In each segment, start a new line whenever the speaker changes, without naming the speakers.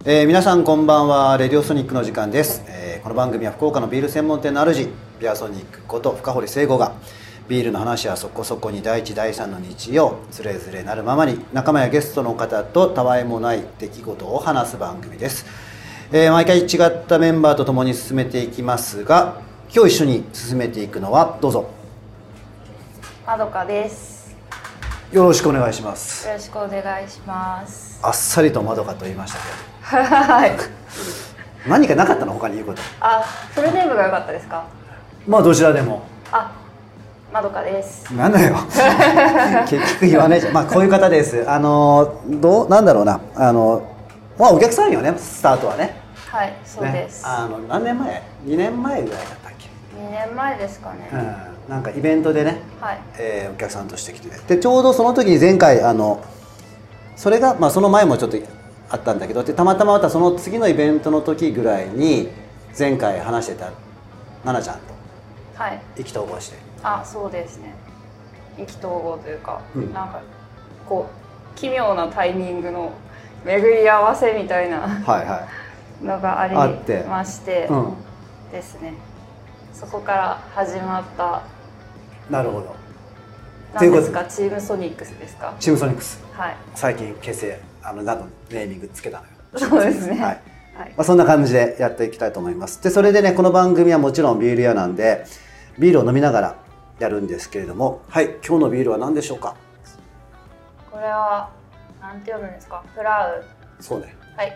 皆さんこんばんは。レディオソニックの時間です。この番組は福岡のビール専門店の主ビアソニックこと深堀誠吾がビールの話はそこそこに第1第3の日曜つれづれなるままに仲間やゲストの方とたわいもない出来事を話す番組です。毎回違ったメンバーと共に進めていきますが、今日一緒に進めていくのはどうぞ
まどかです。
よろしくお願いします。
よろしくお願いします。
あっさりとまどかと言いましたけど
はい。
何かなかったの他に言うこと。
フルネームが良かったですか？
まあどちらでも。
まどかです。
なんだよ結局言わないじゃん。まあこういう方です。なんだろうな、まあお客さんよね、スタートはね。
はい、そうです。
何年前？2年前ぐらいだったっけ
？2年前ですかね。
なんかイベントでね、
はい、
お客さんとして来てで、ちょうどその時に前回それがまあその前もちょっとあったんだけど、でたまたままたその次のイベントの時ぐらいに前回話してた奈々ちゃんと意気投合して、
そうですね。意気投合というか、なんかこう奇妙なタイミングの巡り合わせみたいなのがありましてですね。そこから始まった。
なるほど。
何ですか？チームソニックスですか？
チームソニックス。
はい。
最近結成などネーミングつけたのよ。
そうですね。
はい。まあそんな感じでやっていきたいと思います。でそれでね、この番組はもちろんビール屋なんでビールを飲みながらやるんですけれども、はい、今日のビールは何でしょうか？
これはなんて読むんですか？プラウ。
そうね。
はい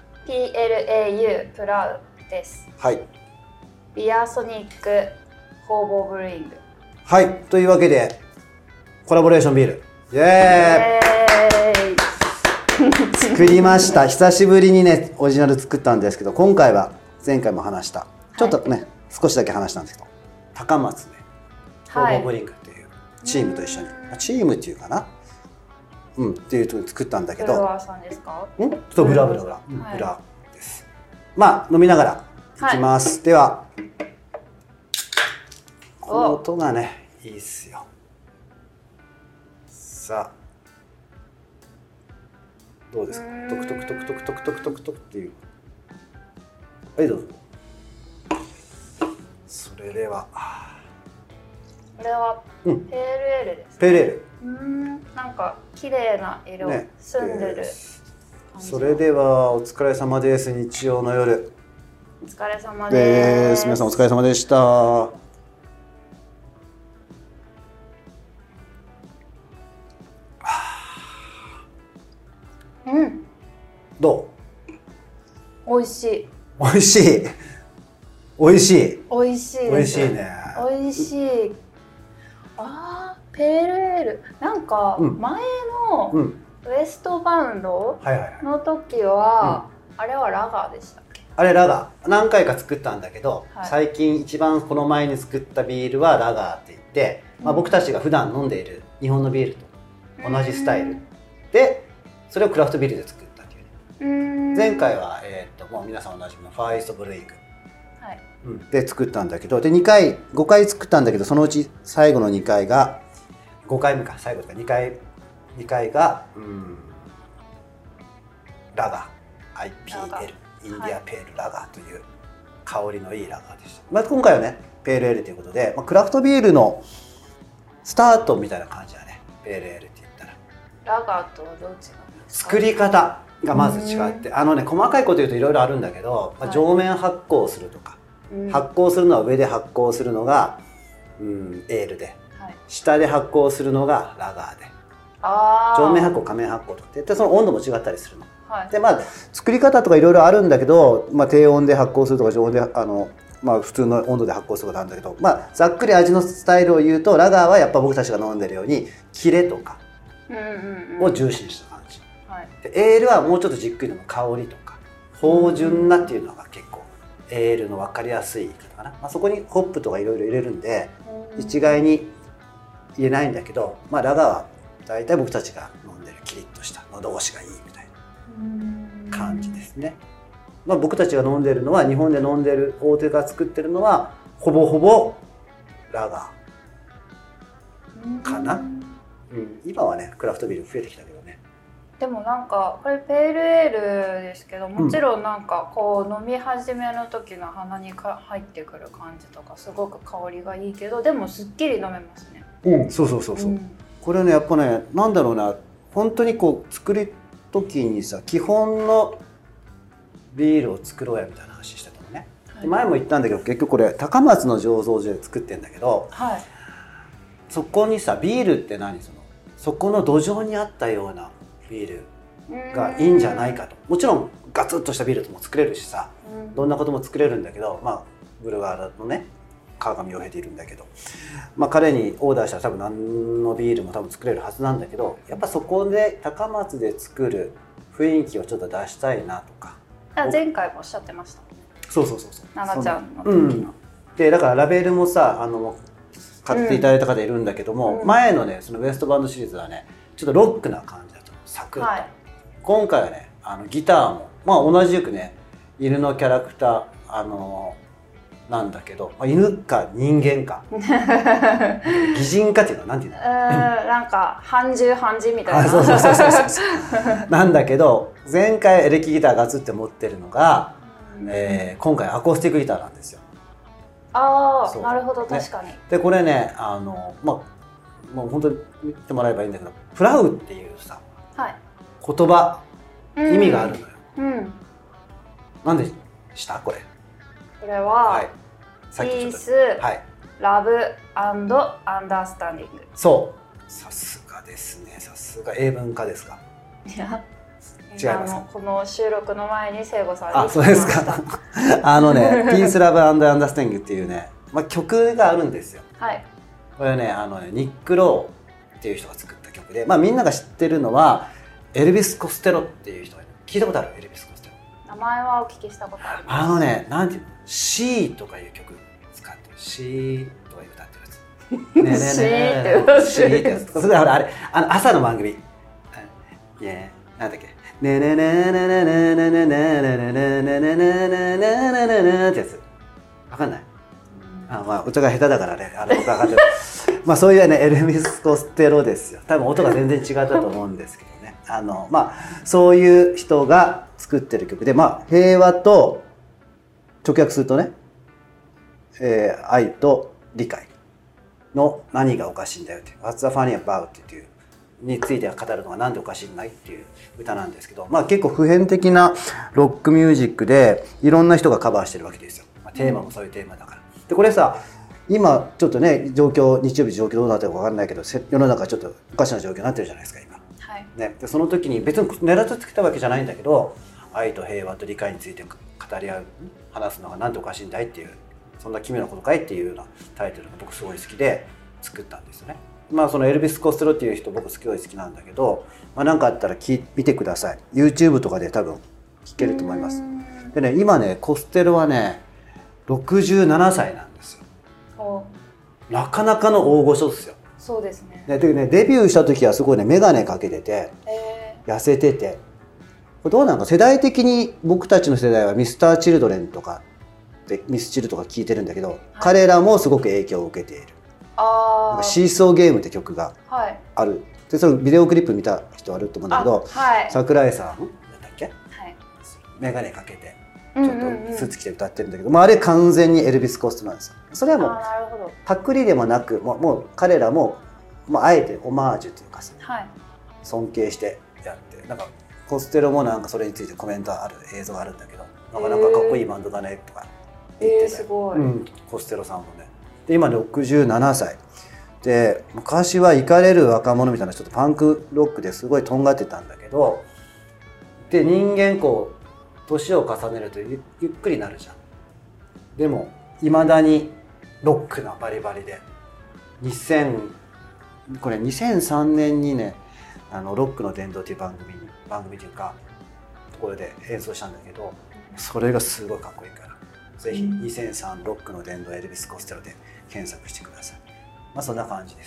。PLAU プラウです。
はい。
ビアソニックホーボーブルーイング。
はい、というわけでコラボレーションビールイエーイ作りました。久しぶりにねオリジナル作ったんですけど、今回は前回も話したちょっとね、少しだけ話したんですけど、高松でホーボーブルーイングっていうチームと一緒に、チームっていうかなっていうと作ったんだけど、
ブルワーさんですか？
そう、ブラです。まあ飲みながらいきます。ではこの音がねいいっすよ。さあどうですか？トクトクトクトクトクトクトクトクっていう。はい、どうぞ。それでは
これはペールエールです。
ペールエール。
なんか綺麗な色、澄んでる。
それではお疲れ様です。日曜の夜。
お疲れ様です。
皆さんお疲れ様でした。ど
う？美味しい。
美味しい。美味しい。
美味しい。
美味しいね。
美味しい。ペールエール。なんか前のウエストバウンドの時はあれはラガーでしたっけ？
あれラガー。何回か作ったんだけど、最近一番この前に作ったビールはラガーって言って、僕たちが普段飲んでいる日本のビールと同じスタイルで、それをクラフトビールで作ったっていうね。前回はもう皆さんおなじみのファーイーストブルーイングで作ったんだけど、で5回作ったんだけど、そのうち最後の2回が5回目か、最後とか2回がラガー IPL インディアペールラガーという香りのいいラガーでした。今回はねペールエールということで、クラフトビールのスタートみたいな感じだね。ペールエールって言ったら
ラガーとはどう違うんですか？
作り方がまず違って、細かいこと言うといろいろあるんだけど、上面発酵するとか、発酵するのは上で発酵するのがエールで、下で発酵するのがラガーで、上面発酵下面発酵とかってその温度も違ったりするの。で作り方とかいろいろあるんだけど、低温で発酵するとか常温で普通の温度で発酵することあるんだけど、ざっくり味のスタイルを言うと、ラガーはやっぱ僕たちが飲んでるようにキレとかを重視した感じ。でエールはもうちょっとじっくりの香りとか芳醇なっていうのが結構エールの分かりやすい言い方かな。そこにホップとかいろいろ入れるんで一概に言えないんだけど、ラガーは大体僕たちが飲んでるキリッとした喉越しがいいみたいな感じですね。僕たちが飲んでるのは、日本で飲んでる大手が作ってるのはほぼほぼラガーかな。今はねクラフトビール増えてきたけどね。
でもなんかこれペールエールですけど、もちろんなんかこう飲み始めの時の鼻に入ってくる感じとかすごく香りがいいけど、でもすっきり飲めますね。
そうそうそうそう、これねやっぱね、なんだろうな、本当にこう作る時にさ、基本のビールを作ろうやみたいな話してたのね、前も言ったんだけど、結局これ高松の醸造所で作ってんだけど、そこにさ、ビールってそこの土壌にあったようなビールがいいんじゃないかと。もちろんガツッとしたビールも作れるしさ、どんなことも作れるんだけど、ブルワーのね川上洋平でいるんだけど、彼にオーダーしたら多分何のビールも多分作れるはずなんだけど、やっぱそこで高松で作る雰囲気をちょっと出したいなとか。
前回もおっしゃってました。
そう
奈々ちゃんの時の。
でだからラベルもさ、買っていただいた方いるんだけども、前のねそのウエストバンドシリーズはねちょっとロックな感じだとサクッと、今回はねギターも同じくね犬のキャラクターなんだけど、犬か人間か擬人かっていうのはなんていうの、
なんか半獣半人みたいな。
そうなんだけど、前回エレキギターガツって持ってるのが、今回アコースティックギターなんですよ。
なるほど、確かに。
でこれねもう本当に見てもらえばいいんだけど、プラウっていうさ、言葉意味があるのよ。なんでしたこれ？
これはピース、ラブアンドアンダースタンディング。そう、
さすがですね。さすが英文化ですか？
いや、違います。この収録の前に聖子さんに。
そうですか。ピースラブアンドアンダースタンディングっていうね、曲があるんですよ。これねニック・ローっていう人が作った曲で、みんなが知ってるのはエルビス・コステロっていう人がいる。聞いたことある？エルビス・コステロ。
名前はお聞きしたことあります。
なんていうの、シーとかいう曲使ってる。シーとか歌ってるやつ。
シーってや
つ。それであれ朝の番組。なんだっけ。ねねねねねねねねねねねねねねねねってやつ。わかんない。音が下手だからね。僕は分かってる。そういうねエルビス・コステロですよ。多分音が全然違ったと思うんですけどね。そういう人が作ってる曲で、平和と直訳するとね、愛と理解の何がおかしいんだよっていう What's the funny about っていうについて語るのがなんでおかしいんだいっていう歌なんですけど、結構普遍的なロックミュージックでいろんな人がカバーしてるわけですよ。テーマもそういうテーマだから。でこれさ、今ちょっとね日曜日状況どうなってるか分かんないけど、世の中ちょっとおかしな状況になってるじゃないですか今。でその時に別に狙ってつけたわけじゃないんだけど、愛と平和と理解について語り合う、話すのがなんでおかしいんだいっていう、そんな奇妙なことかいっていうようなタイトルが僕すごい好きで作ったんですよね。そのエルビス・コステロっていう人僕すごい好きなんだけど、何かあったら見てください。 YouTube とかで多分聴けると思います。でね、今ねコステロはね67歳なんですよ。なかなかの大御所ですよ。
そうですね。
でね、デビューした時はすごいね眼鏡かけてて、痩せてて、どうなんか世代的に僕たちの世代はミスター・チルドレンとかでミスチルとか聴いてるんだけど、彼らもすごく影響を受けている。なんかシーソーゲームって曲がある。でそのビデオクリップ見た人あると思うんだけど、桜井さんだったっけ、眼鏡かけてちょっとスーツ着て歌ってるんだけど、あれ完全にエルビス・コストなんですよ。それはもうパクリでもなく、もう彼らもあえてオマージュというかさ、尊敬してやって、なんかコステロもなんかそれについてコメントある映像があるんだけど、なかなかかっこいいバンドだねとか言ってたよ。コステロさんもね。で今67歳で、昔はイカれる若者みたいなちょっとパンクロックですごいとんがってたんだけど、で人間こう年を重ねるとゆっくりなるじゃん。でもいまだにロックなバリバリで、これ2003年にねロックの殿堂っていう番組というかところで演奏したんだけど、それがすごいかっこいいから、ぜひ2003ロックの殿堂エルビス・コステロで検索してください。そんな感じです。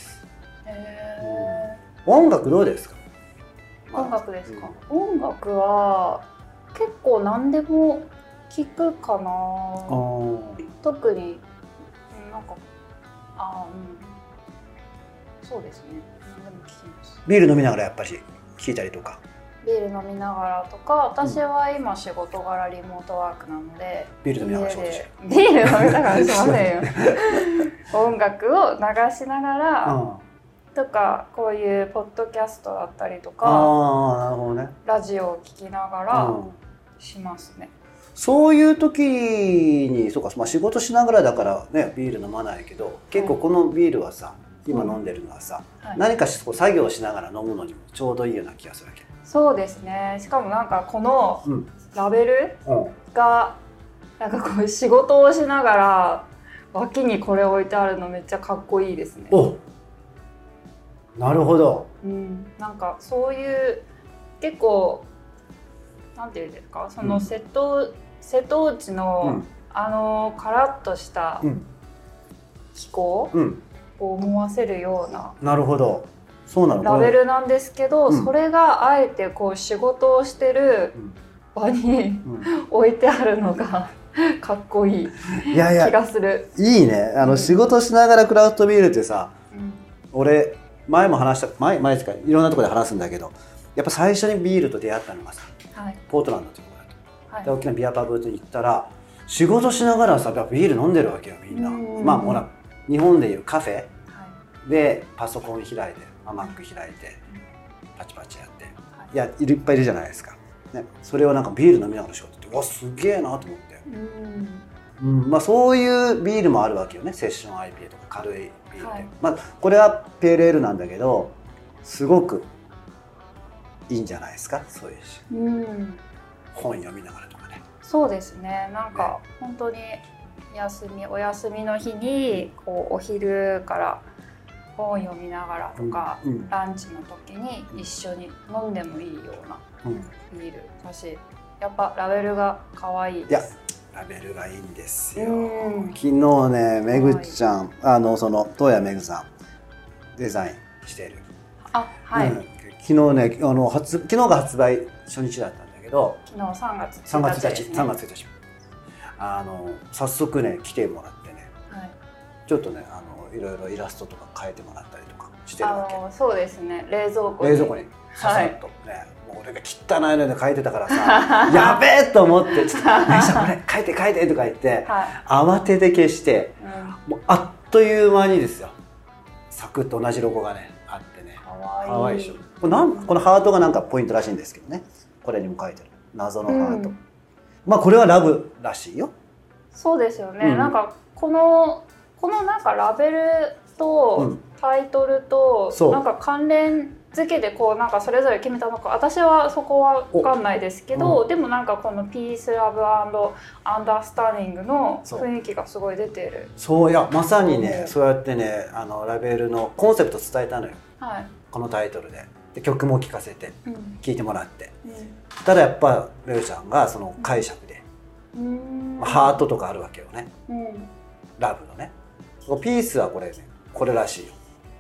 音楽どうですか？
音楽ですか？音楽は結構何でも聞くかな。特になんかそうですね。何でも聞きます。
ビール飲みながらやっぱり聞いたりとか。
ビール飲みながらとか、私は今仕事柄リモートワークなので、
ビール飲みながら仕事してる。
ビール飲みながらしませんよ。音楽を流しながら、とかこういうポッドキャストだったりとか、
なるほどね、
ラジオを聞きながらしますね。
そういう時にそうか、まあ、仕事しながらだからねビール飲まないけど、結構このビールはさ、今飲んでるのはさ、何かこう作業しながら飲むのにもちょうどいいような気がするわけ。
そうですね。しかもなんかこのラベルがなんかこう仕事をしながら脇にこれ置いてあるのめっちゃかっこいいですね。
お、なるほど。
なんかそういう結構なんていうんですか、その瀬戸内の、カラッとした気候を思わせるような、
なるほど、そうなの
ラベルなんですけど、それがあえてこう仕事をしてる場に置いてあるのがかっこいい気がする。
いいね。仕事しながらクラフトビールってさ、俺前も話した前ですか、いろんなところで話すんだけど、やっぱ最初にビールと出会ったのがさ、ポートランドっていうところだと、大きなビアパブに行ったら仕事しながらさビール飲んでるわけよみんな。まあほら日本でいうカフェでパソコン開いて、マック開いてパチパチやって、いっぱいいるじゃないですか、ね、それをなんかビール飲みながら仕事って、わすげえなと思って、まあそういうビールもあるわけよね。セッション IPA とか軽いビールで、まあこれはペールエールなんだけど、すごくいいんじゃないですか、そういう本読みながらとかね。
そうですね。なんか本当にお休みの日にこうお昼から本読みながらとか、ランチの時に一緒に飲んでもいいようなビールだし、やっぱラベルが可愛いです。
ラベルがいいんですよ。昨日ね、めぐちゃん、その東谷めぐさんデザインしてる。昨日ね、昨日が発売初日だったんだけど、
昨日3月1日、
早速ね来てもらってね、ちょっとねいろいろイラストとか描いてもらったりとかしてるわけ。
そうですね、冷蔵庫に
ささっとね、もう俺が汚いので描いてたからさやべえと思って「ちょっと姉さんこれ描いて描いて」とか言って、慌てて消して、もうあっという間にですよ、サクッと同じロゴがねあってね、かわいいでしょ。このハートがなんかポイントらしいんですけどね、これにも書いてある謎のハート、まあこれはラブらしいよ。
そうですよね、なんかこのなんかラベルとタイトルとなんか関連付けでこうなんかそれぞれ決めたのか、私はそこは分かんないですけど、でもなんかこのピースラブ&アンダースタンディングの雰囲気がすごい出てる。
そう、いやまさにね、そうやってねラベルのコンセプト伝えたのよ、このタイトルで曲も聴かせて聴いてもらって、ただやっぱめぐちゃんがその解釈で、ハートとかあるわけよね、ラブのね。ピースはこれね、これらしいよ。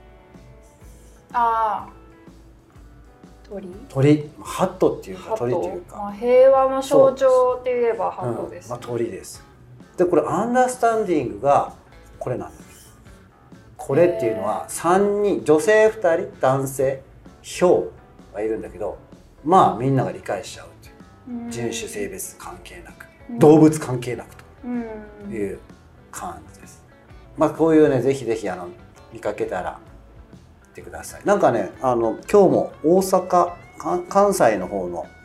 鳥、ハットっていうか鳥っていうか、
平和の象徴って言えばハットです、
鳥です。でこれアンダースタンディングがこれなんです。これっていうのは3人、女性2人男性ヒョウがいるんだけど、まあみんなが理解しちゃうっていう、人種性別関係なく、動物関係なくという感じです。まあこういうね、ぜひぜひ見かけたら見てください。なんかね、今日も大阪関西の方の、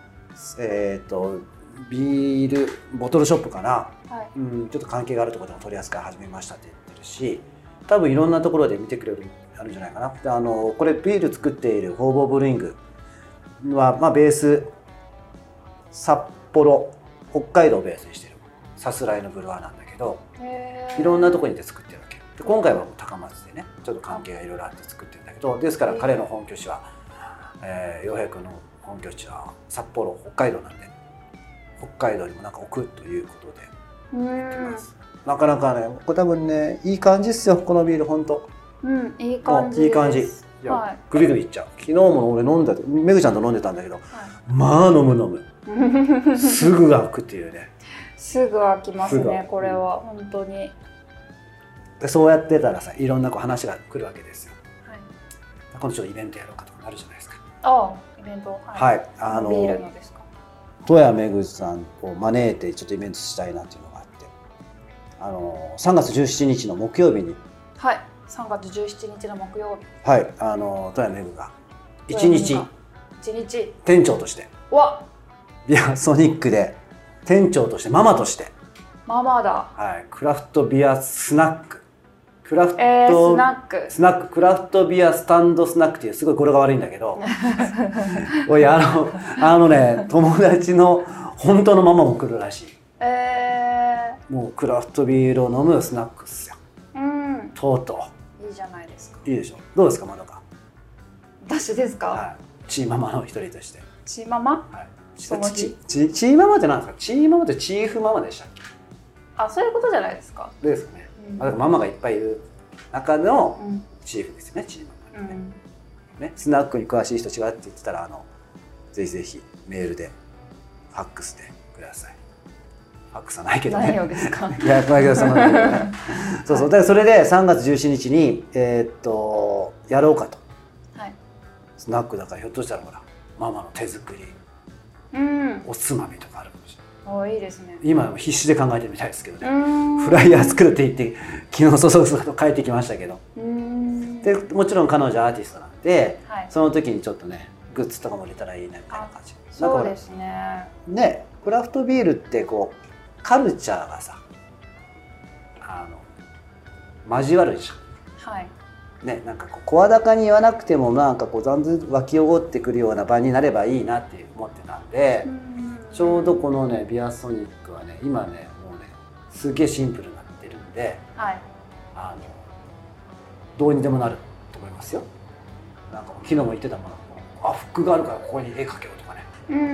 ビールボトルショップかな、ちょっと関係があるところでも取り扱い始めましたって言ってるし、多分いろんなところで見てくれるあるんじゃないかな。でこれビール作っているホーボーブルーイングは、まあ、ベース札幌北海道をベースにしてるさすらいのブルワーなんだけど、いろんなところにで作ってるわけで、今回は高松でねちょっと関係がいろいろあって作ってるんだけど、ですから彼の本拠地は陽平君の本拠地は札幌北海道なんで、北海道にもなんか置くということで言ってます。なかなかね、これ多分ねいい感じですよ、このビール本当。
いい感じです。
いい感じ。グビグビいっちゃう。昨日も俺飲んだ、めぐちゃんと飲んでたんだけど、まあ飲むすぐ開くっていうね。
すぐ開きますね、これは本当に。
でそうやってたらさ、いろんな話が来るわけですよ。今度ちょっとイベントやろうかとかなるじゃないですか。
イベント、
はい、
ビールのですか。
戸谷めぐさんを招いてちょっとイベントしたいなっていうのがあって、3月17日の木曜日に、
はい、3月17日の木曜日、
はい、戸谷めぐが1日店長としてビアソニックで店長としてママとして
ママだ、
はい、クラフトビアスナッククラフト、スナッククラフトビアスタンドスナックっていうすごい語呂が悪いんだけどおいね友達の本当のママも来るらしい。もうクラフトビールを飲むスナックっすよ。とうと
ういいじゃないですか。
いいでしょ。どうですかまどか。
私ですか、
はい、チーママの一人として。
チーママ、
はい、チーママって何ですか。チーママってチーフママでしたっけ。
あ、そういうことじゃないですか。
ですかね、ママがいっぱいいる中のチーフですよね、チーママ、ね、スナックに詳しい人違うって言ってたらぜひぜひメールでファックスでください。ファックスはないけどね。
何をですか。
いや、そうそう。だからそれで3月17日にやろうかと。はい、スナックだからひょっとしたらほらママの手作り、おつまみとかあるかもしれない。
いいですね。
今必死で考えてるみたいですけどね。フライヤー作るって言って昨日そう帰ってきましたけど。でもちろん彼女アーティストなんで、はい、その時にちょっとねグッズとかも入れたらいいなみたいな感じ。
そうですね。
ね、クラフトビールってこうカルチャーがさ交わるじゃん。はい。ね、なんかこう声高に言わなくてもなんかこう残々湧き起こってくるような場になればいいなって思ってたんで。ちょうどこのねビアソニックはね今ねもうねすげえシンプルになってるんで、はい、どうにでもなると思いますよ。なんか昨日も言ってたもの、フックがあるからここに絵描けようとかね。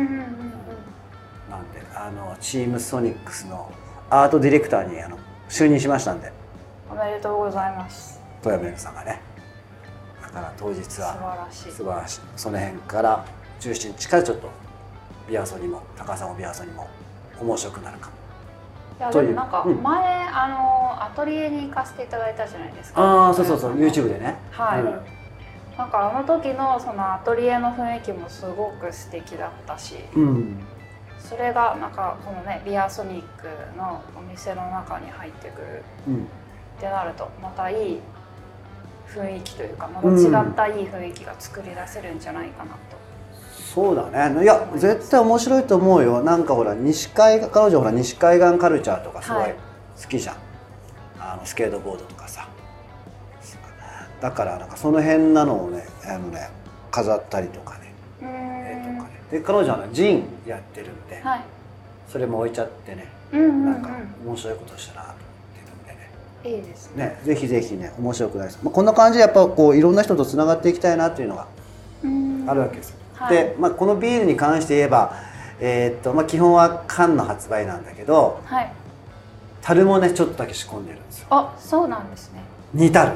なんでチームソニックスのアートディレクターに就任しましたんで。
おめでとうございます。
戸谷めぐさんがね。だから当日は素晴らしい。その辺から17日からちょっとビアソにも高さもビアソにも面白くなるかも。
いやでもなんか前、アトリエに行かせていただいたじゃないですか。
ああ、そう YouTube でね。
はい、なんか時のそのアトリエの雰囲気もすごく素敵だったし、それがなんかこのねビアソニックのお店の中に入ってくるってなるとまたいい雰囲気というかまた違ったいい雰囲気が作り出せるんじゃないかなと。
そうだね。いや絶対面白いと思うよ。なんかほら彼女ほら西海岸カルチャーとかすごい好きじゃん、スケートボードとかさ。だからなんかその辺なのをね飾ったりとかね。で彼女はジンやってるんで、はい、それも置いちゃってね、なんか面白いことしたなと思ってるんで
ね。いいですね。
ぜひぜひね面白くないです。こんな感じでやっぱこういろんな人とつながっていきたいなっていうのがあるわけですよ。で、このビールに関して言えば、基本は缶の発売なんだけど、はい、樽もねちょっとだけ仕込んでるんですよ。
あ、そうなんですね。
2樽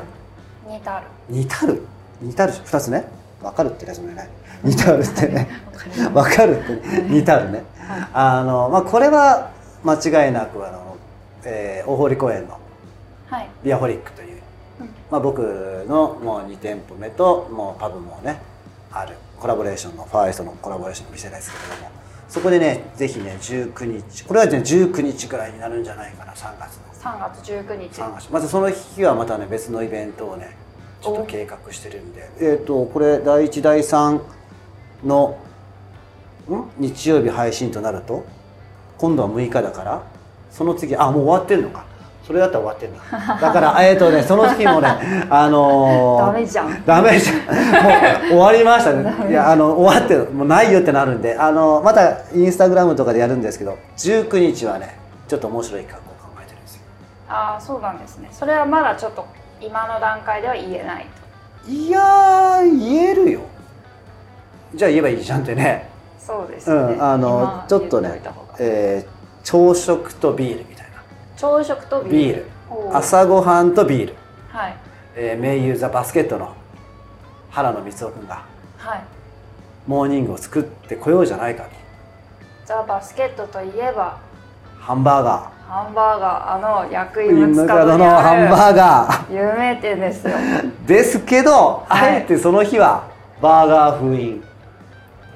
2
つね。分かるってねそれね。2樽ってね分かるってね2樽ね。はい、これは間違いなく大堀公園のビアホリックという、僕のもう2店舗目ともうパブもねある。コラボレーションのファーエストのコラボレーションの店ですけれども、そこでねぜひね19日これはね19日くらいになるんじゃないかな。3月
19日
まずその日はまたね別のイベントをねちょっと計画してるんで、これ第1第3の日曜日配信となると今度は6日だからその次もう終わってんのか。それだったら終わってんだ。だからその時もね
ダメじゃん。もう
終わりましたね。いや終わってもうないよってなるんでまたインスタグラムとかでやるんですけど19日はねちょっと面白い企画を考えてるんですよ。
ああ、そうなんですね。それはまだちょっと今の段階では言えないと。
いや言えるよ。じゃあ言えばいいじゃんってね。
そうですね。
ちょっとね朝食とビールみたいな。
朝食とビール。
朝ごはんとビール。はい。名優ザバスケットの原野光雄君が、はい、モーニングを作ってこようじゃないかと。
ザバスケットといえば
ハンバーガ
ー、役員6日の
ハンバーガ
ー有名店ですよ。
ですけど、あえてその日はバーガー封印。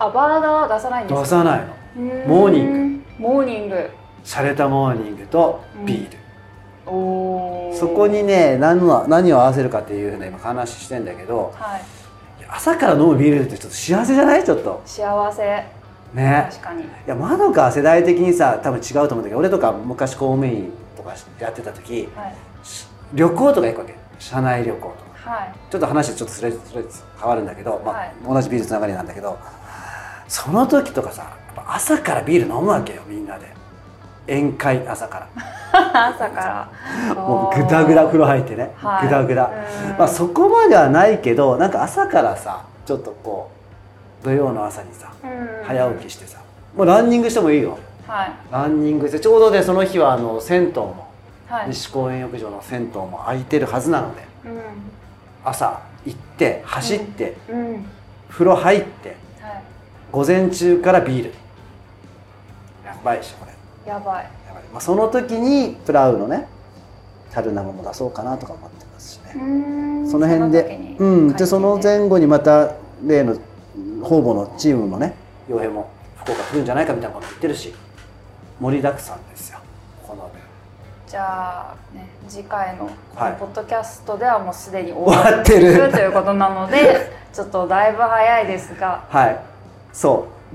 バーダは出さないんですか？
出さないの。モーニング洒落たモーニングとビール、そこにね何を合わせるかっていうふうな今話してんだけど、朝から飲むビールってちょっと幸せじゃない？ちょっと
幸せ
ね。
確かに。い
やまどかは世代的にさ多分違うと思うんだけど、俺とか昔公務員とかやってた時、旅行とか行くわけ、社内旅行とか、ちょっと話ちょっとそれ変わるんだけど、同じビールつながりなんだけど、その時とかさ朝からビール飲むわけよ、みんなで宴会。朝から
朝から
もうグダグダ風呂入ってね、グダグダ。そこまではないけど、なんか朝からさちょっとこう土曜の朝にさ早起きしてさ、もうランニングしてもいいよ。ランニングしてちょうどねその日は銭湯も、西公園浴場の銭湯も空いてるはずなので、朝行って走って、風呂入って、午前中からビール。やばいでしょこれ。
やばい。
その時にプラウのね樽生も出そうかなとか思ってますしね。その辺で、でその前後にまた例の方々のチームのね傭兵も福岡来るんじゃないかみたいなこと言ってるし、盛りだくさんですよこの。
じゃあね、次回のこのポッドキャストではもうすでに
終わってる
ということなのでちょっとだいぶ早いですが、
そう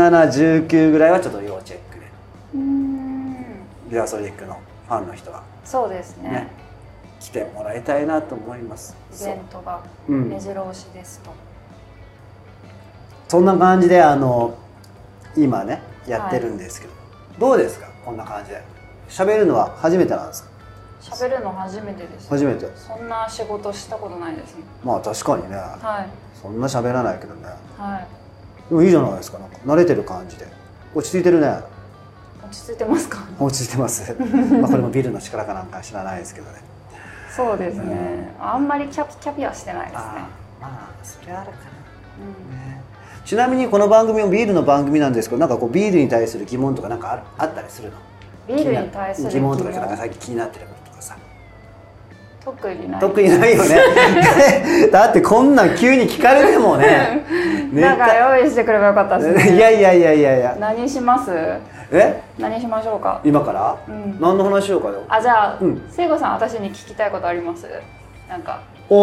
17、19ぐらいはちょっと要チェックで、ビアソリックのファンの人は
そうですね
来てもらいたいなと思います。
イベントが目白押しですと、
そんな感じで今ねやってるんですけど、どうですかこんな感じで喋るのは初めてなんですか？
喋るの初めてです。
初めて。
そんな仕事したことないですね。
まあ確かにね、そんな喋らないけどね。でもいいじゃないですか、なんか慣れてる感じで落ち着いてるね。
落ち着いてますか？
落ち着いてますこれもビルの力かなんか知らないですけどね。
そうですね、あんまりキャピはしてないですね。
まあそれあるかな、ちなみにこの番組もビールの番組なんですけど、なんかこうビールに対する疑問とかなんかあったりするの？
ビールに対する
疑問とかなんか最近気になってることとかさ。
特にない。
特にないよねだってこんなん急に聞かれてもね
なんか用意してくればよかったですね。
いや
何します？何しましょうか
今から、何の話しようかよ。
じゃあ、聖子さん私に聞きたいことあります？なんか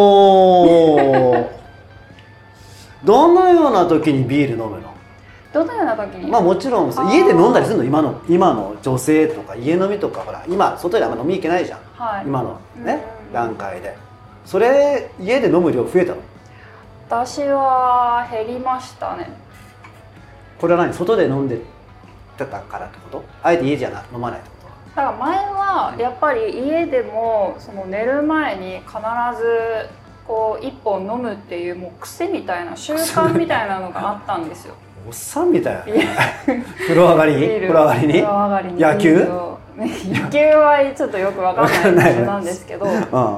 どのような時にビール飲むの？
どのような時に？
もちろん家で飲んだりするの？今の女性とか家飲みとか、ほら今外であんま飲み行けないじゃん、今のね段階で。それ家で飲む量増えたの？
私は減りましたね。
これは何？外で飲んでたからってこと？あえて家じゃ飲まないってこと？
だから前はやっぱり家でもその寝る前に必ずこう1本飲むっていうもう癖みたいな習慣みたいなのがあったんですよ。
おっさんみたいな風呂上がりに野球
はちょっとよく分かんない場所なんですけど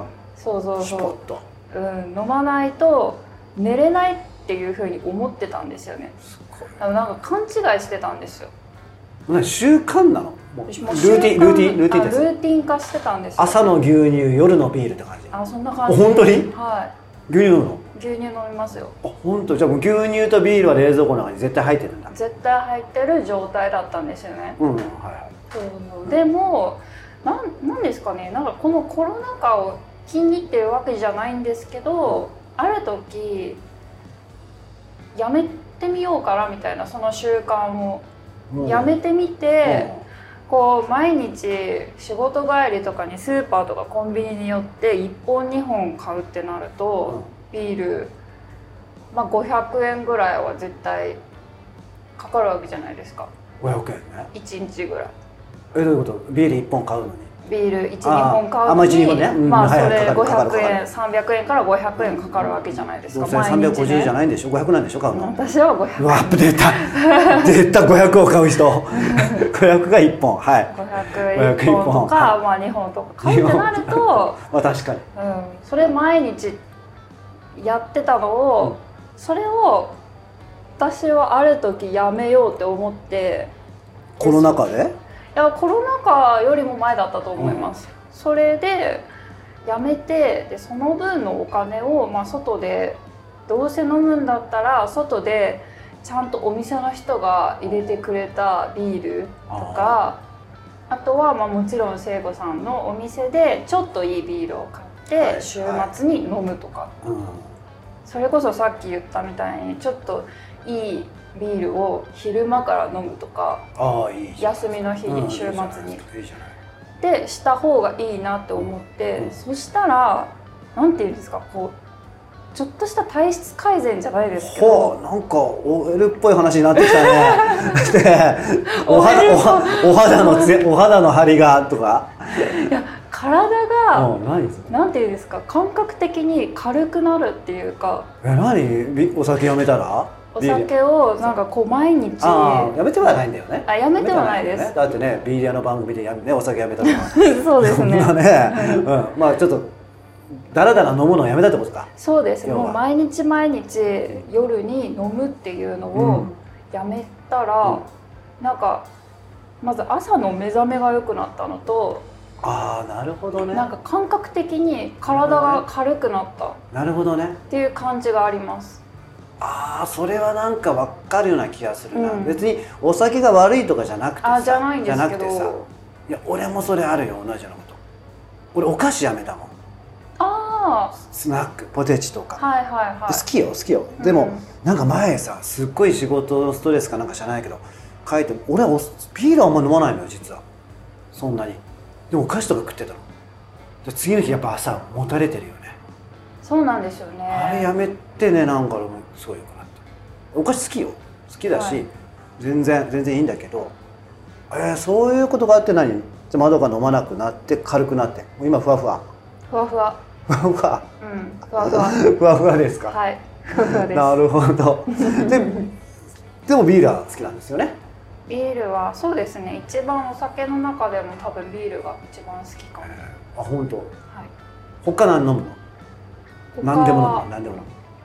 そう飲まないと寝れないっていうふうに思ってたんですよね。なんか勘違いしてたんですよ。
習慣なの？ルーテ
ィン化してたんですよ。
朝の牛乳、夜のビールって感じ？
そんな感じ。
本当に？牛乳飲むの？
牛乳飲みますよ。
本当？じゃあもう牛乳とビールは冷蔵庫の中に絶対入ってるんだ？
絶対入ってる状態だったんですよね。でもなんですかね、なんかこのコロナ禍を気に入ってるわけじゃないんですけど、ある時やめてみようかなみたいな、その習慣をやめてみて、こう毎日仕事帰りとかにスーパーとかコンビニに寄って1本2本買うってなると、ビール、500円ぐらいは絶対かかるわけじゃないですか。
500円ね。
1日ぐらい。
どういうこと？ビール1本買うのに？
ビール 1,2 本買うのにそれ500円300円から500円かかるわけじゃないですか。
350じゃないんでしょ？500なんでしょ買うの？
私は500。
わっ出た500を買う人500が1本、
500 1本とか、2本とか買うってなると
確かに、
それ毎日やってたのを、それを私はある時やめようって思って。
コロナ禍で？
いやコロナ禍よりも前だったと思います。それでやめて、でその分のお金を、外でどうせ飲むんだったら外でちゃんとお店の人が入れてくれたビールとか、あとはもちろん聖子さんのお店でちょっといいビールを買って週末に飲むとか、それこそさっき言ったみたいにちょっといいビールを昼間から飲むとか、休みの日に週末にでした方がいいなって思って、そしたらなんていうんですか、こうちょっとした体質改善じゃないですけど、
なんか OL っぽい話になってきたねお肌の張りがとか、
いや体がなんていうんですか、感覚的に軽くなるっていうか。
お酒やめたら
お酒をなんかこう毎日
やめてはないんだよね。
やめてはないです。
だってね、ビール屋の番組でお酒やめたとか
そうですね。
そんなね、まあちょっとだらだら飲むのをやめたってことか。
そうです。もう毎日毎日夜に飲むっていうのをやめたら、なんかまず朝の目覚めが良くなったのと、
なるほどね。
なんか感覚的に体が軽くなった。
なるほどね。
っていう感じがあります。
それはなんか分かるような気がするな。別にお酒が悪いとかじゃなくてさ、
じゃないんですけど、
いや俺もそれあるよ、同じようなこと。俺お菓子やめたもん。スナックポテチとか好きよ。でもなんか前さ、すっごい仕事のストレスかなんか知らないけど書いて、俺はビールはあんま飲まないのよ実は、そんなに。でもお菓子とか食ってたの。で次の日やっぱ朝もたれてるよね。
そうなんですよね。
あれやめてね、なんかすごいよくなって。お菓子好きだし、全然いいんだけど、そういうことがあって窓が飲まなくなって軽くなって、もう今ふわふわふわふわですか。
はい、ふわふわです。
なるほど。でもビールは好きなんですよね。
ビールはそうですね、一番お酒の中でも多分ビールが一番好きかも。
本当。他何飲むの？何でも飲む。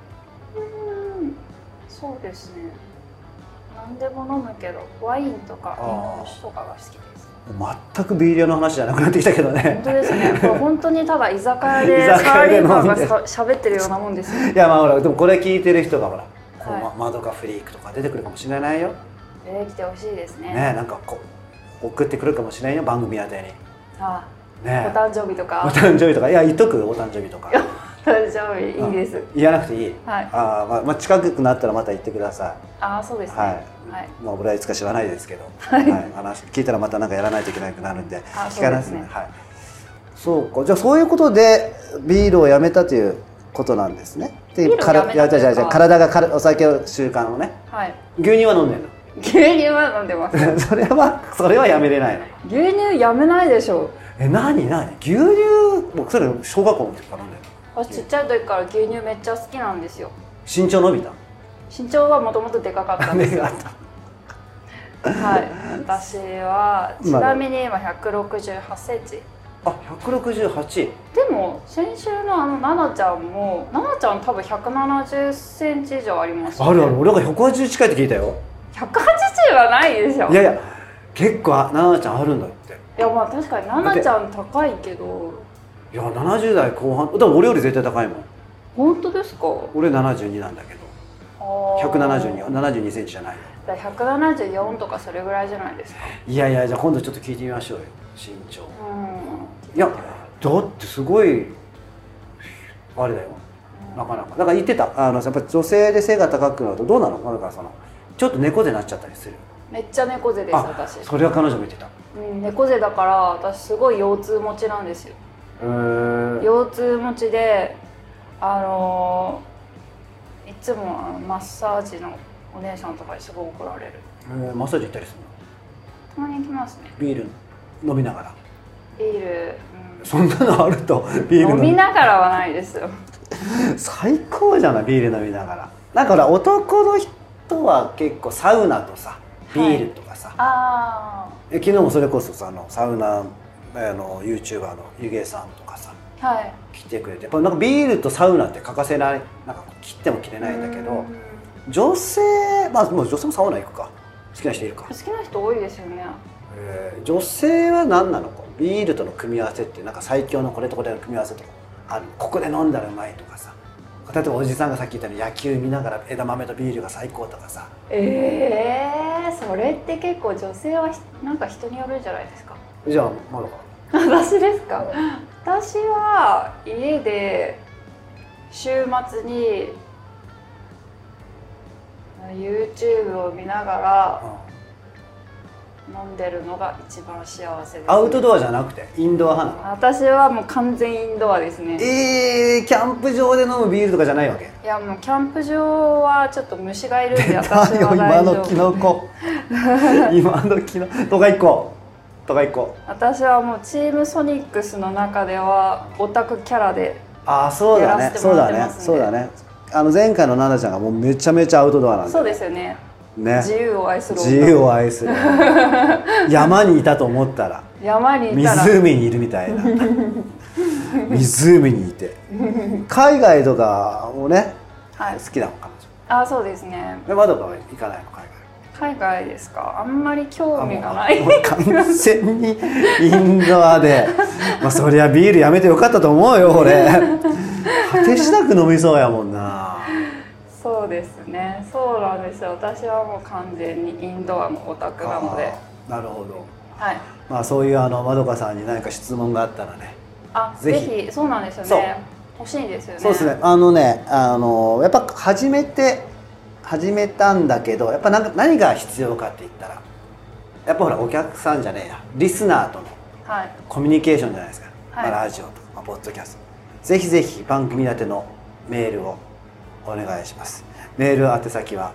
そうですね、何でも飲むけどワインとか日本酒とかが好きです。
全くビール屋の話じゃなくなってきたけどね。
本当ですね。これ本当にただ居酒屋でサラリーマンが喋ってるようなもんですよ。
いやほら、でもこれ聞いてる人がほら、マドカフリークとか出てくるかもしれないよ。
出てきてほしいですね。
なんか送ってくるかもしれないよ、番組宛てに。
お誕生日とか。
いや言っとく、お誕生日とか。
誕生日いいです。
言わなくていい。近くなったらまた言ってくださ
い。そうですね。
俺はいつか知らないですけど、聞いたらまたなんかやらないといけなくなるんで聞かないですね。そうか、じゃあそういうことでビールをやめたということなんですね。体がお酒を習慣をね。牛乳は飲んでるの？
牛乳は飲んでます。
それはやめれないの？
牛乳やめないでしょ。
何牛乳、僕それ小学校の時から飲んでる。
私ちっちゃい時から牛乳めっちゃ好きなんですよ。
身長伸びた？
身長はもともとでかかったんですよ。私はちなみに今168センチ。
168。
でも先週のナナちゃん多分170センチ以上ありますよね。
俺が180近いって聞いたよ。
180はないでしょ。
いや結構ナナちゃんあるんだって。
いや確かにナナちゃん高いけど、
いや70代後半、でも俺より絶対高いもん。
本当ですか？
俺72なんだけど、172センチじゃないよ。
だから174とかそれぐらいじゃないですか。
いやじゃあ今度ちょっと聞いてみましょうよ、身長。いやだってすごいあれだよ、なかなか。だから言ってた、やっぱり女性で背が高くなるとどうなの？だからちょっと猫背になっちゃったりする。
めっちゃ猫背です私。
それは彼女も言ってた。
猫背だから私すごい腰痛持ちなんですよ。腰痛持ちでいつもマッサージのお姉さんとかにすごい怒られる。
マッサージ行ったりするの？
たまに行きますね。
ビール飲みながら。
ビール、
そんなのあるとビール
飲みながらはないですよ。
最高じゃない、ビール飲みながら。なんかほら男の人は結構サウナとさビールとかさ、昨日もそれこそさサウナYouTuber のゆげさんとかさ、来てくれて、やっぱなんかビールとサウナって欠かせない、なんか切っても切れないんだけど、女性もう女性もサウナ行くか、好きな人いるか。
好きな人多いですよね。
女性は何なのか、ビールとの組み合わせってなんか最強のこれとこれの組み合わせとかある？ここで飲んだらうまいとかさ。 例えばおじさんがさっき言ったように野球見ながら枝豆とビールが最高とかさ。
それって結構女性はなんか人によるんじゃないですか。
じゃあまだか。
私ですか。私は家で週末に YouTube を見ながら飲んでるのが一番幸せです。
アウトドアじゃなくてインドア派なの？
私はもう完全インドアですね。
キャンプ場で飲むビールとかじゃないわけ？
いやもうキャンプ場はちょっと虫がいるんで私は大丈夫。
今のキノコ今のキノコとか行こうとか行こう。
私はもうチームソニックスの中ではオタクキャラで
そうだねそうだねそうだね。前回の奈々ちゃんがもうめちゃめちゃアウトドアなんで。
そうですよね。自由を愛する
自由を愛する山にいたと思ったら
山にいたら
湖にいるみたいな湖にいて海外とかもね、はい、好きなのか
な。そうですね。
まだかは行かないの？
海外ですか。あんまり興味がない。
完全にインドアでそりゃビールやめてよかったと思うよ俺果てしなく飲みそうやもんな。
そうですね。そうなんですよ。私はもう完全にインドアのオタクなので。
なるほど。
はい。
そういうまどかさんに何か質問があったらね。
ぜひそうなんですよね。欲しいですよね。
そうですね。やっぱ始めたんだけど、やっぱ何が必要かって言ったら、やっぱほらお客さんじゃねえや、リスナーとのコミュニケーションじゃないですか。ラジオとかポッドキャスト。ぜひぜひ番組宛てのメールをお願いします。メールの宛先は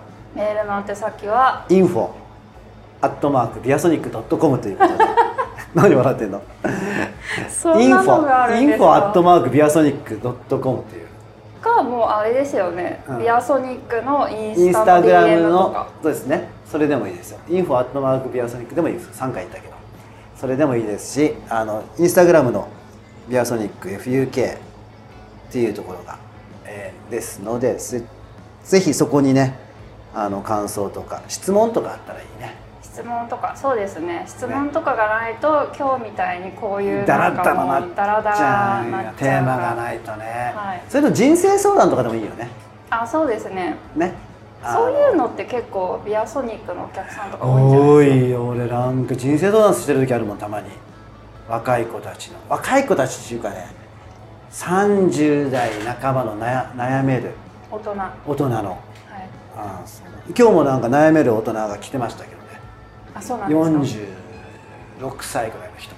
info@biasonic.com ということで何笑ってんのinfo@biasonic.com という
か、もうあれですよね、ビアソニックのイ
ンスタグラムのそうですね、それでもいいですよ。info@biasonic でもいいです。3回言ったけどそれでもいいですし、インスタグラムのビアソニック FUK っていうところがですので、ぜひそこにね感想とか質問とかあったらいいね。
質問とか、そうですね、質問とかがないと今日みたいにこういう
ダラダラなっちゃうテーマがないとね、それと人生相談とかでもいいよね。
そうですね。そういうのって結構ビアソニックのお客さんとか多いんじゃないですか。多い。
俺なんか人生相談してる時あるもん、たまに。若い子たちっていうかね、30代半ばの悩める大人の、今日もなんか悩める大人が来てましたけどね。
そうなんですか。
46歳ぐらいの人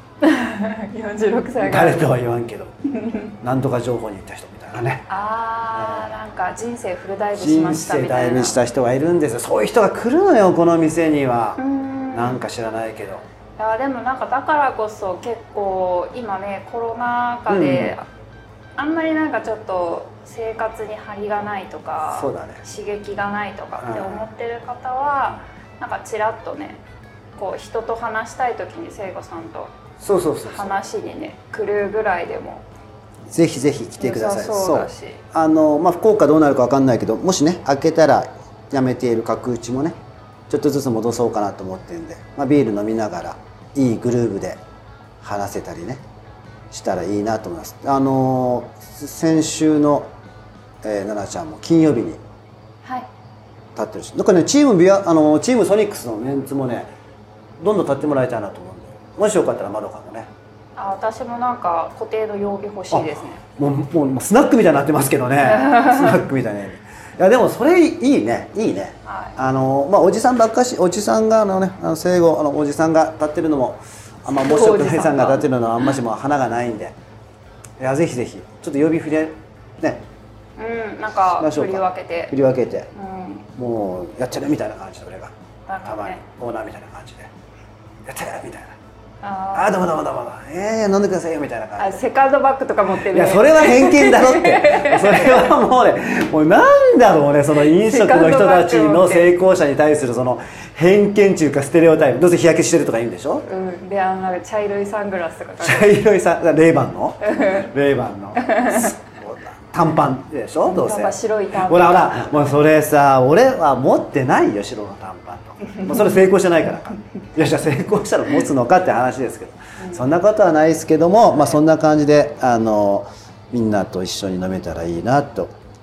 46歳
誰とは言わんけどなんとか情報に行った人みたいなね。
なんか人生フルダイブしましたみたいな。
人生ダイブした人がいるんですよ。そういう人が来るのよ、この店には。なんか知らないけど。
でもなんかだからこそ結構今ね、コロナ禍で、あんまりなんかちょっと生活に張りがないとか、
そうだね、
刺激がないとかって思ってる方は、なんかちらっとね、こう人と話したい時に聖子さんと話にね来るぐらいでも
ぜひぜひ来てください。
そうだし、
福岡どうなるか分かんないけど、もしね開けたらやめている角打ちもねちょっとずつ戻そうかなと思ってるんで、ビール飲みながらいいグルーヴで話せたりねしたらいいなと思います。先週の、奈々ちゃんも金曜日に立ってるし、だからねチームソニックスのメンツもねどんどん立ってもらいたいなと思うんで、もしよかったらまどかもね。
私もなんか固定の曜日欲しいですね。
もうスナックみたいになってますけどねスナックみたいに。いやでもそれいいね、いいね。おじさんばっかし、おじさんが生後おじさんが立ってるのももしおじさんが立ってるのはあんましも花がないんで、いやぜひぜひちょっと曜日振りね、
なんか振り分けて、
もうやっちゃねみたいな感じで、俺がたまにオーナーみたいな感じでやってみたいな。どうも飲んでくださいよみたいな感じ。
セカンドバッグとか持ってる。
いやそれは偏見だろってそれはもうね、もうなんだろうね、その飲食の人たちの成功者に対するその偏見中かステレオタイプ。どうせ日焼けしてるとか言うんでしょ。
で茶色いサングラスとか。
茶色いレイバンの短パンでしょ、どうせ。
白い短パン。
ほらもうそれさ、俺は持ってないよ、白の短パンと。もうそれ成功してないからか。いやじゃあ成功したら持つのかって話ですけど、そんなことはないですけども、そんな感じでみんなと一緒に飲めたらいいなと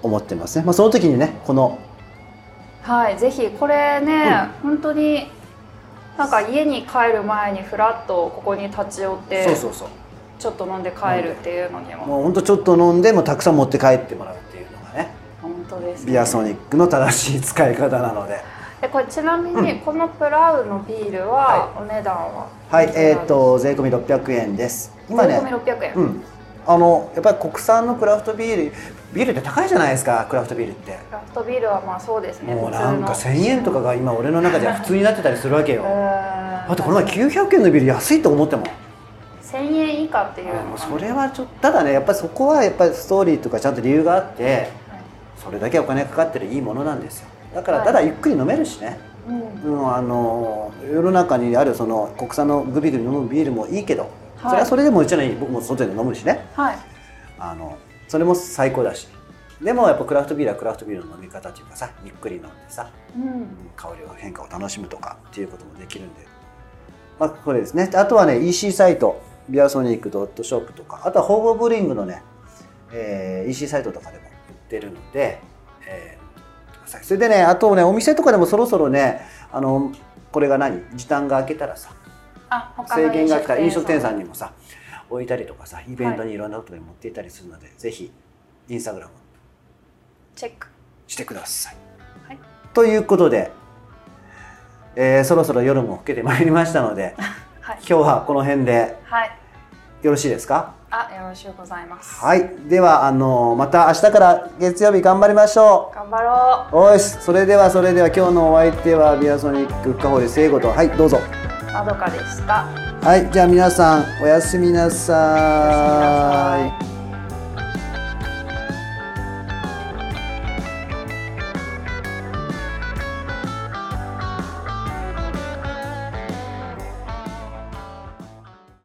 思ってますね。その時にねこの
はいぜひこれね、本当になんか家に帰る前にフラッとここに立ち寄ってちょっと飲んで帰るっていうのにも
う本当ちょっと飲んでもたくさん持って帰ってもらうっていうのがね
本当ですね
ビアソニックの正しい使い方なので。
これちなみにこのプラウのビールはお値段は
はい、税込み600円です。
今ね税込み600円、
やっぱり国産のクラフトビールって高いじゃないですか。クラフトビールって
クラフトビールはまあそうですね。
もうなんか1000円とかが今俺の中では普通になってたりするわけよあとこの前900円のビール安いと思っても
1000円以下っていうのは
それはちょっとただねやっぱりそこはやっぱりストーリーとかちゃんと理由があって、それだけお金かかってるいいものなんですよ。だからただゆっくり飲めるしね、世の中にあるその国産のグビグビ飲むビールもいいけど、それはそれでもうちのいい僕も外で飲むしね、それも最高だし、でもやっぱクラフトビールはクラフトビールの飲み方っていうかさゆっくり飲んでさ、香りの変化を楽しむとかっていうこともできるんで、これですね。あとはね EC サイトビアソニック.shop とかあとはホームブリングのね、EC サイトとかでも売ってるので、それでねあとねお店とかでもそろそろねこれが時短が明けたらさ制限が来たら飲食店さんにもさ置いたりとかさイベントにいろんなことで持っていたりするので、ぜひインスタグラム
チェック
してください。ということで、そろそろ夜も更けてまいりましたので、今日はこの辺でよろしいですか？
よろしゅうございます。
はい、ではまた明日から月曜日頑張りましょう。
頑張ろう。
おいし、それでは今日のお相手はビアソニック深堀聖子とどうぞ。
まどかでした。
はい、じゃあ皆さんおやすみなさい。